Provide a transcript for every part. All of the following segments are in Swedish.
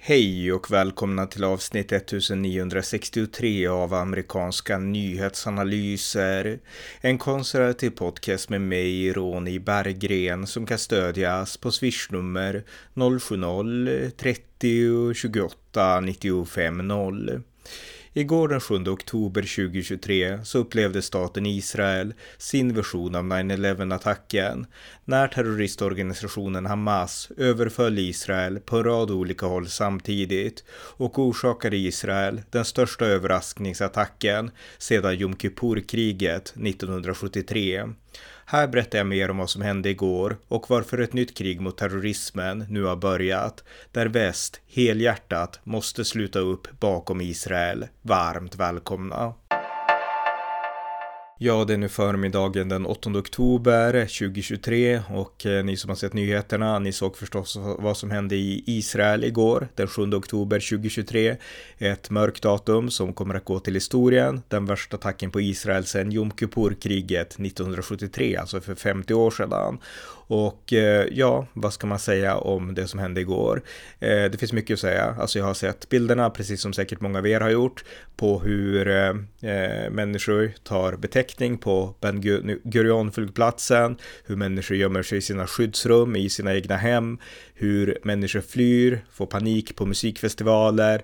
Hej och välkomna till avsnitt 1963 av amerikanska nyhetsanalyser. En konservativ podcast med mig, Ronny Berggren, som kan stödjas på swishnummer 070-30 28 95 0. Igår den 7 oktober 2023 så upplevde staten Israel sin version av 9/11-attacken när terroristorganisationen Hamas överföll Israel på en rad olika håll samtidigt och orsakade Israel den största överraskningsattacken sedan Yom Kippur-kriget 1973. Här berättar jag mer om vad som hände igår och varför ett nytt krig mot terrorismen nu har börjat, där väst helhjärtat måste sluta upp bakom Israel. Varmt välkomna! Ja, det är nu förmiddagen den 8 oktober 2023 och ni som har sett nyheterna, ni såg förstås vad som hände i Israel igår, den 7 oktober 2023. Ett mörkt datum som kommer att gå till historien, den värsta attacken på Israel sedan Yom Kippur-kriget 1973, alltså för 50 år sedan. Och ja, vad ska man säga om det som hände igår? Det finns mycket att säga. Alltså jag har sett bilderna, precis som säkert många av er har gjort, på hur människor tar beteckning på Ben Gurion-flygplatsen, hur människor gömmer sig i sina skyddsrum, i sina egna hem, hur människor flyr, får panik på musikfestivaler,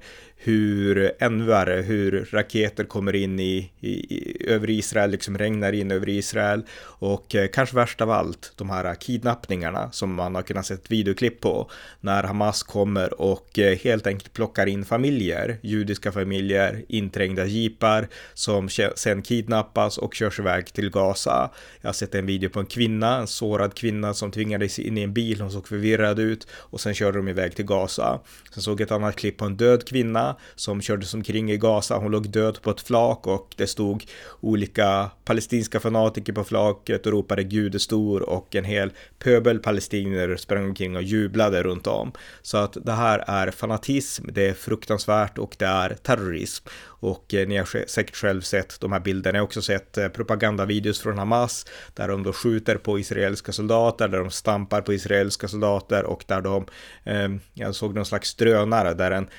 hur raketer kommer in över Israel, liksom regnar in över Israel, och kanske värst av allt, de här kidnappningarna som man har kunnat sett videoklipp på, när Hamas kommer och helt enkelt plockar in familjer, judiska familjer, inträngda jeepar som sen kidnappas och körs iväg till Gaza. Jag har sett en video på en sårad kvinna som tvingades in i en bil, hon såg förvirrad ut och sen körde de iväg till Gaza. Sen såg jag ett annat klipp på en död kvinna som kördes omkring i Gaza. Hon låg död på ett flak och det stod olika palestinska fanatiker på flaket och ropade Gud är stor, och en hel pöbel palestinier sprang omkring och jublade runt om. Så att det här är fanatism, det är fruktansvärt och det är terrorism. Och ni har säkert själv sett de här bilderna. Jag har också sett propagandavideos från Hamas där de då skjuter på israeliska soldater, där de stampar på israeliska soldater och där jag såg någon slags drönare där en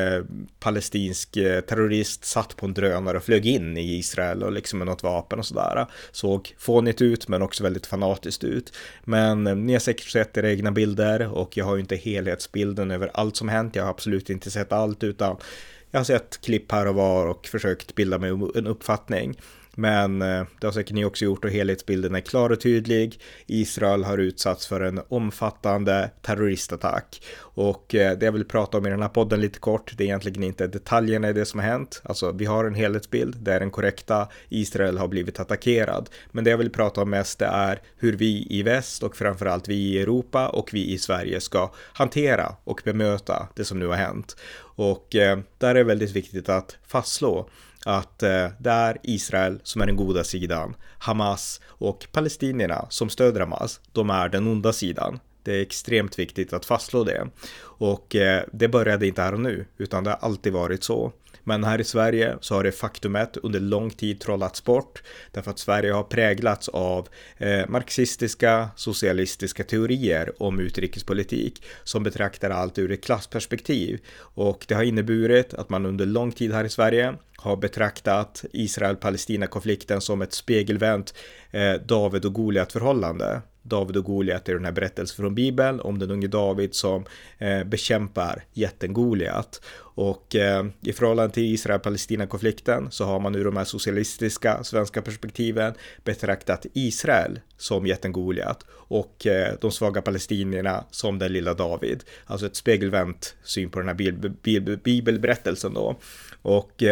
palestinsk terrorist satt på en drönare och flög in i Israel och liksom med något vapen och sådär. Såg fånigt ut men också väldigt fanatiskt ut. Men ni har säkert sett era egna bilder och jag har ju inte helhetsbilden över allt som hänt. Jag har absolut inte sett allt, utan jag har sett klipp här och var och försökt bilda mig en uppfattning. Men det har säkert ni också gjort och helhetsbilden är klar och tydlig. Israel har utsatts för en omfattande terroristattack. Och det jag vill prata om i den här podden lite kort, det är egentligen inte detaljerna i det som har hänt. Alltså vi har en helhetsbild, det är den korrekta. Israel har blivit attackerad. Men det jag vill prata om mest är hur vi i väst och framförallt vi i Europa och vi i Sverige ska hantera och bemöta det som nu har hänt. Och där är det väldigt viktigt att fastslå att det är Israel som är den goda sidan, Hamas och palestinierna som stöder Hamas, de är den onda sidan. Det är extremt viktigt att fastslå det. Och det började inte här och nu, utan det har alltid varit så. Men här i Sverige så har det faktumet under lång tid trollats bort, därför att Sverige har präglats av marxistiska, socialistiska teorier om utrikespolitik som betraktar allt ur ett klassperspektiv. Och det har inneburit att man under lång tid här i Sverige har betraktat Israel-Palestina-konflikten som ett spegelvänt David och Goliat-förhållande. David och Goliat är den här berättelsen från Bibeln om den unge David som bekämpar jätten Goliat. Och i förhållande till Israel-Palestina-konflikten så har man ur de här socialistiska svenska perspektiven betraktat Israel som jätten Goliat och de svaga palestinierna som den lilla David. Alltså ett spegelvänt syn på den här bibelberättelsen då. Och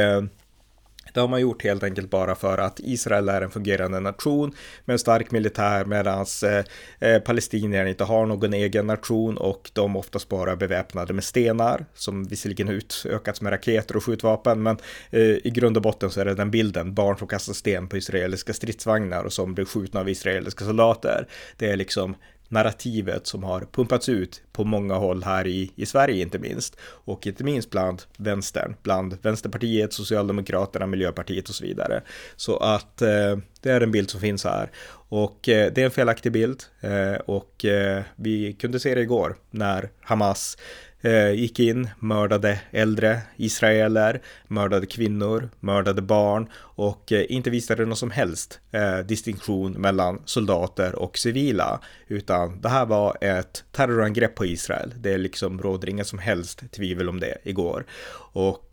det har man gjort helt enkelt bara för att Israel är en fungerande nation med en stark militär, medan palestinierna inte har någon egen nation och de oftast bara beväpnade med stenar som visserligen utökats med raketer och skjutvapen, men i grund och botten så är det den bilden, barn som kastar sten på israeliska stridsvagnar och som blir skjutna av israeliska soldater. Det är liksom narrativet som har pumpats ut på många håll här i Sverige inte minst, och inte minst bland vänstern, bland Vänsterpartiet, Socialdemokraterna, Miljöpartiet och så vidare. Så att det är en bild som finns här, och det är en felaktig bild, och vi kunde se det igår när Hamas gick in, mördade äldre israeler, mördade kvinnor, mördade barn och inte visade någon som helst distinktion mellan soldater och civila, utan det här var ett terrorangrepp på Israel. Det liksom råder inga som helst tvivel om det igår. Och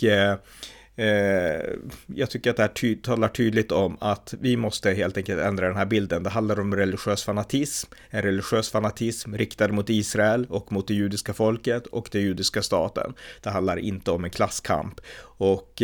jag tycker att det här talar tydligt om att vi måste helt enkelt ändra den här bilden. Det handlar om religiös fanatism, en religiös fanatism riktad mot Israel och mot det judiska folket och den judiska staten. Det handlar inte om en klasskamp. Och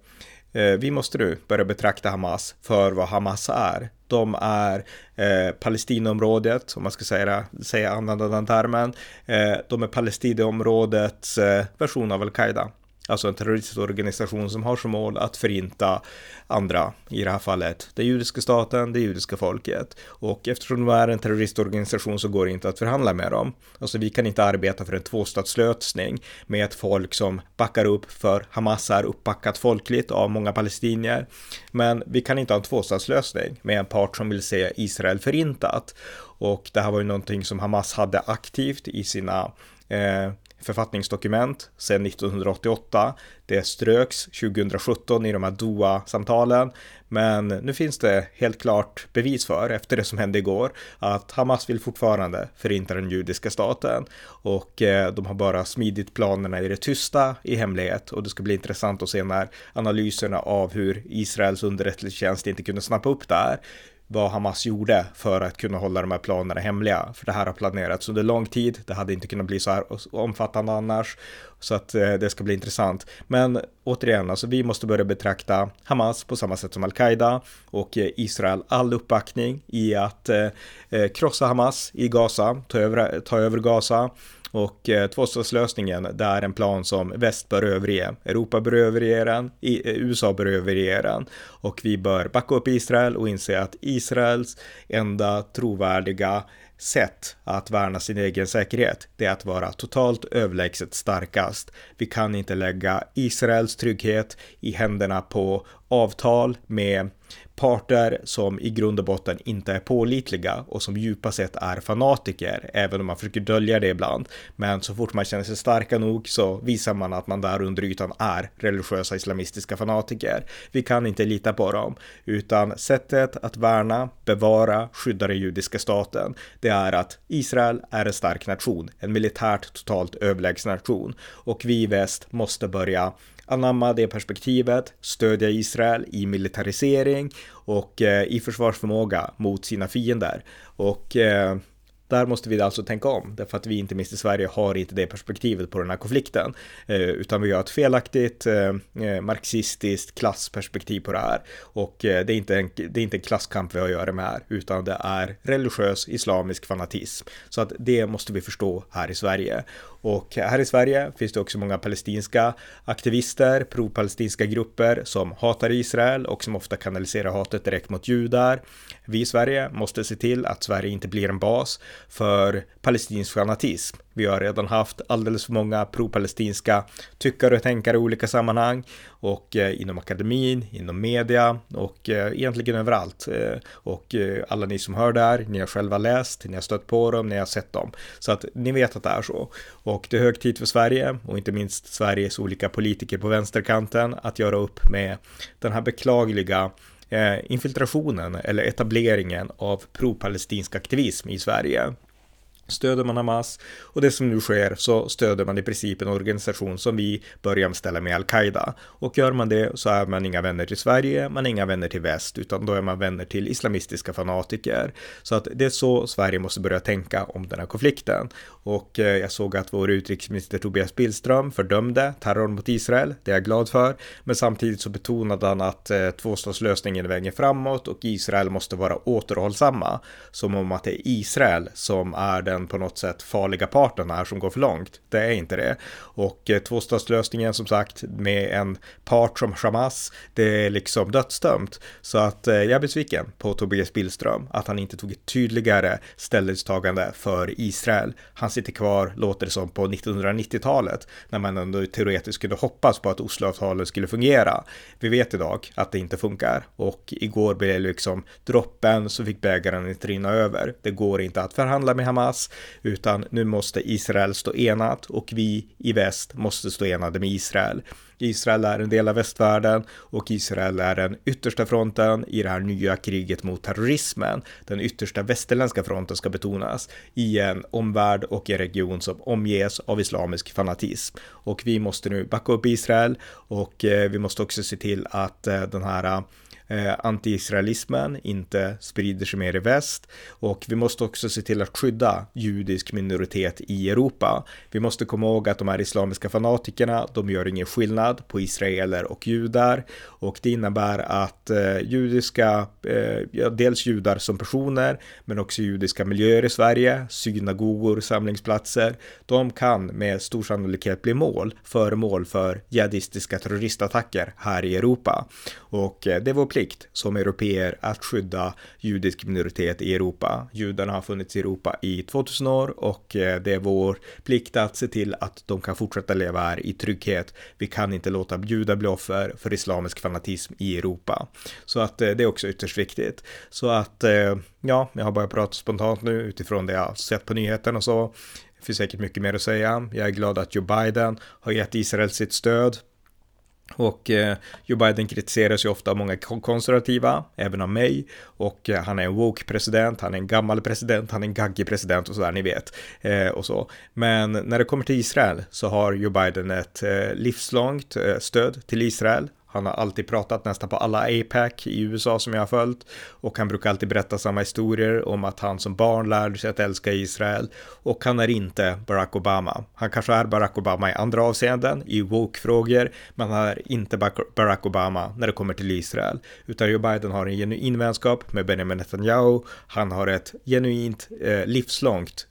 vi måste nu börja betrakta Hamas för vad Hamas är. De är Palestinaområdet, om man ska använda den termen. De är Palestinaområdets version av Al-Qaida. Alltså en terroristorganisation som har som mål att förinta andra, i det här fallet den judiska staten, det judiska folket. Och eftersom de är en terroristorganisation så går det inte att förhandla med dem. Alltså vi kan inte arbeta för en tvåstatslösning med ett folk som backar upp, för Hamas är uppbackat folkligt av många palestinier. Men vi kan inte ha en tvåstatslösning med en part som vill se Israel förintat. Och det här var ju någonting som Hamas hade aktivt i sina författningsdokument sedan 1988. Det ströks 2017 i de här Doha-samtalen, men nu finns det helt klart bevis för, efter det som hände igår, att Hamas vill fortfarande förinta den judiska staten, och de har bara smidit planerna i det tysta i hemlighet, och det ska bli intressant att se när analyserna av hur Israels underrättelsetjänst inte kunde snappa upp det här, vad Hamas gjorde för att kunna hålla de här planerna hemliga. För det här har planerats under lång tid. Det hade inte kunnat bli så här omfattande annars. Så att det ska bli intressant. Men återigen, alltså vi måste börja betrakta Hamas på samma sätt som Al-Qaida och Israel all uppbackning i att krossa Hamas i Gaza, ta över Gaza. Och tvåstatslösningen, det är en plan som väst bör överge. Europa bör överge den, USA bör överge den. Och vi bör backa upp Israel och inse att Israels enda trovärdiga sätt att värna sin egen säkerhet, det är att vara totalt överlägset starkast. Vi kan inte lägga Israels trygghet i händerna på avtal med parter som i grund och botten inte är pålitliga och som djupa sett är fanatiker, även om man försöker dölja det ibland. Men så fort man känner sig starka nog så visar man att man där under ytan är religiösa islamistiska fanatiker. Vi kan inte lita på dem, utan sättet att värna, bevara, skydda den judiska staten, det är att Israel är en stark nation, en militärt totalt överlägsen nation, och vi i väst måste börja anamma det perspektivet, stödja Israel i militarisering och i försvarsförmåga mot sina fiender. Och där måste vi alltså tänka om, därför att vi inte minst i Sverige har inte det perspektivet på den här konflikten, utan vi har ett felaktigt marxistiskt klassperspektiv på det här, och det är inte en klasskamp vi har att göra med här, utan det är religiös islamisk fanatism, så att det måste vi förstå här i Sverige. Och här i Sverige finns det också många palestinska aktivister, pro-palestinska grupper som hatar Israel och som ofta kanaliserar hatet direkt mot judar. Vi i Sverige måste se till att Sverige inte blir en bas för palestinsk fanatism. Vi har redan haft alldeles för många pro-palestinska tyckare och tänkare i olika sammanhang, och inom akademin, inom media och egentligen överallt. Och alla ni som hör där, ni har själva läst, ni har stött på dem, ni har sett dem. Så att ni vet att det är så. Och det är hög tid för Sverige, och inte minst Sveriges olika politiker på vänsterkanten, att göra upp med den här beklagliga infiltrationen eller etableringen av pro-palestinsk aktivism i Sverige. Stöder man Hamas, och det som nu sker, så stöder man i princip en organisation som vi bör jämställa med Al-Qaida. Och gör man det så är man inga vänner till Sverige, man är inga vänner till väst, utan då är man vänner till islamistiska fanatiker. Så att det är så Sverige måste börja tänka om den här konflikten. Och jag såg att vår utrikesminister Tobias Billström fördömde terrorn mot Israel, det är jag glad för. Men samtidigt så betonade han att tvåstatslösningen är vägen framåt och Israel måste vara återhållsamma. Som om att det är Israel som är den på något sätt farliga parten här som går för långt. Det är inte det. Och tvåstatslösningen, som sagt, med en part som Hamas, det är liksom dödsdömt. Så att jag är besviken på Tobias Billström att han inte tog ett tydligare ställningstagande för Israel. Han sitter kvar, låter det som, på 1990-talet, när man ändå teoretiskt kunde hoppas på att Osloavtalet skulle fungera. Vi vet idag att det inte funkar, och igår blev det liksom droppen så fick bägaren inte rinna över. Det går inte att förhandla med Hamas, alls, utan nu måste Israel stå enat och vi i väst måste stå enade med Israel. Israel är en del av västvärlden och Israel är den yttersta fronten i det här nya kriget mot terrorismen. Den yttersta västerländska fronten ska betonas i en omvärld och en region som omges av islamisk fanatism. Och vi måste nu backa upp Israel och vi måste också se till att den här anti-israelismen inte sprider sig mer i väst, och vi måste också se till att skydda judisk minoritet i Europa. Vi måste komma ihåg att de här islamiska fanatikerna, de gör ingen skillnad på israeler och judar, och det innebär att dels judar som personer men också judiska miljöer i Sverige, synagogor, samlingsplatser, de kan med stor sannolikhet bli föremål för jihadistiska terroristattacker här i Europa, och det är vår plikt som europeer att skydda judisk minoritet i Europa. Judarna har funnits i Europa i 2000 år och det är vår plikt att se till att de kan fortsätta leva här i trygghet. Vi kan inte låta judar bli offer för islamisk fanatism i Europa. Så att det är också ytterst viktigt. Så att jag har bara pratat spontant nu utifrån det jag har sett på nyheterna och så. Det finns säkert mycket mer att säga. Jag är glad att Joe Biden har gett Israel sitt stöd. Och Joe Biden kritiseras ju ofta av många konservativa, även av mig, och han är en woke-president, han är en gammal president, han är en gaggig president och sådär, ni vet, och så. Men när det kommer till Israel så har Joe Biden ett livslångt stöd till Israel. Han har alltid pratat nästan på alla APEC i USA som jag har följt, och han brukar alltid berätta samma historier om att han som barn lärde sig att älska Israel, och han är inte Barack Obama. Han kanske är Barack Obama i andra avseenden, i woke-frågor, men han är inte Barack Obama när det kommer till Israel. Utan Joe Biden har en genuin vänskap med Benjamin Netanyahu, han har ett genuint livslångt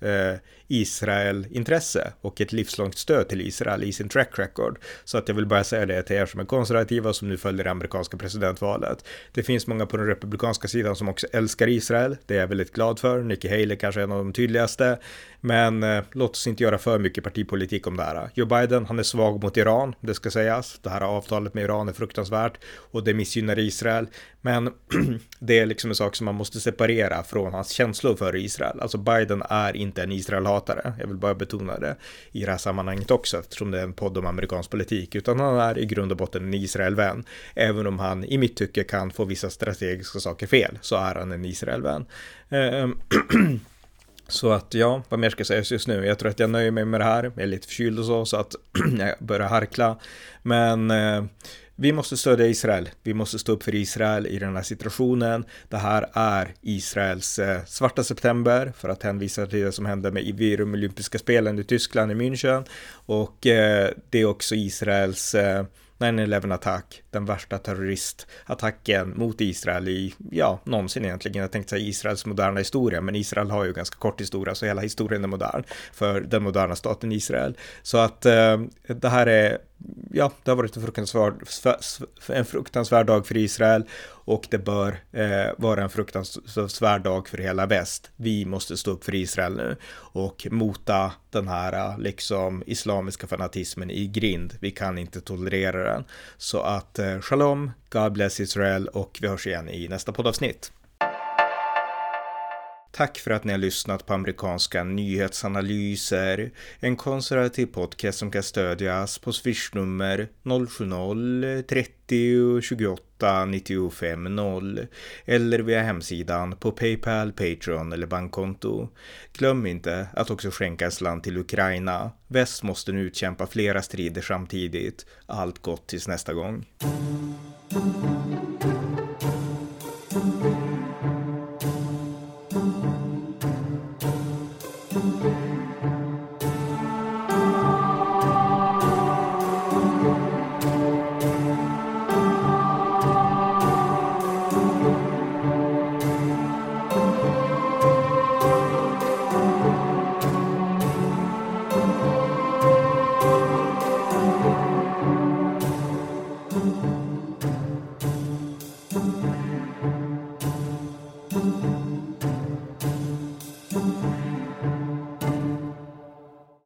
Israel-intresse och ett livslångt stöd till Israel i sin track record. Så att jag vill bara säga det till er som är konservativa som nu följer det amerikanska presidentvalet. Det finns många på den republikanska sidan som också älskar Israel. Det är jag väldigt glad för. Nikki Haley kanske är en av de tydligaste. Men låt oss inte göra för mycket partipolitik om det här. Joe Biden, han är svag mot Iran, det ska sägas. Det här avtalet med Iran är fruktansvärt och det missgynnar Israel. Men det är liksom en sak som man måste separera från hans känslor för Israel. Alltså Biden är inte en Israel-hatare. Jag vill bara betona det i det här sammanhanget också, eftersom det är en podd om amerikansk politik. Utan han är i grund och botten en Israel-vän. Även om han i mitt tycke kan få vissa strategiska saker fel, så är han en Israel-vän. Så att vad mer ska sägas just nu? Jag tror att jag nöjer mig med det här. Jag är lite förkyld och så att jag börjar harkla. Men vi måste stödja Israel. Vi måste stå upp för Israel i den här situationen. Det här är Israels svarta september, för att hänvisa till det som hände med de olympiska spelen i Tyskland i München. Och det är också Israels 9/11-attack, den värsta terroristattacken mot Israel någonsin egentligen. Jag tänkte säga Israels moderna historia, men Israel har ju ganska kort historia, så hela historien är modern för den moderna staten Israel. Så att det här är, det har varit en fruktansvärd dag för Israel, och det bör vara en fruktansvärd dag för hela väst. Vi måste stå upp för Israel nu och mota den här islamiska fanatismen i grind. Vi kan inte tolerera den. Så att shalom, God bless Israel, och vi hörs igen i nästa poddavsnitt. Tack för att ni har lyssnat på amerikanska nyhetsanalyser, en konservativ podcast som kan stödjas på Swish-nummer 070-30-28-95-0 eller via hemsidan på PayPal, Patreon eller bankkonto. Glöm inte att också skänka en slant till Ukraina. Väst måste nu utkämpa flera strider samtidigt. Allt gott tills nästa gång.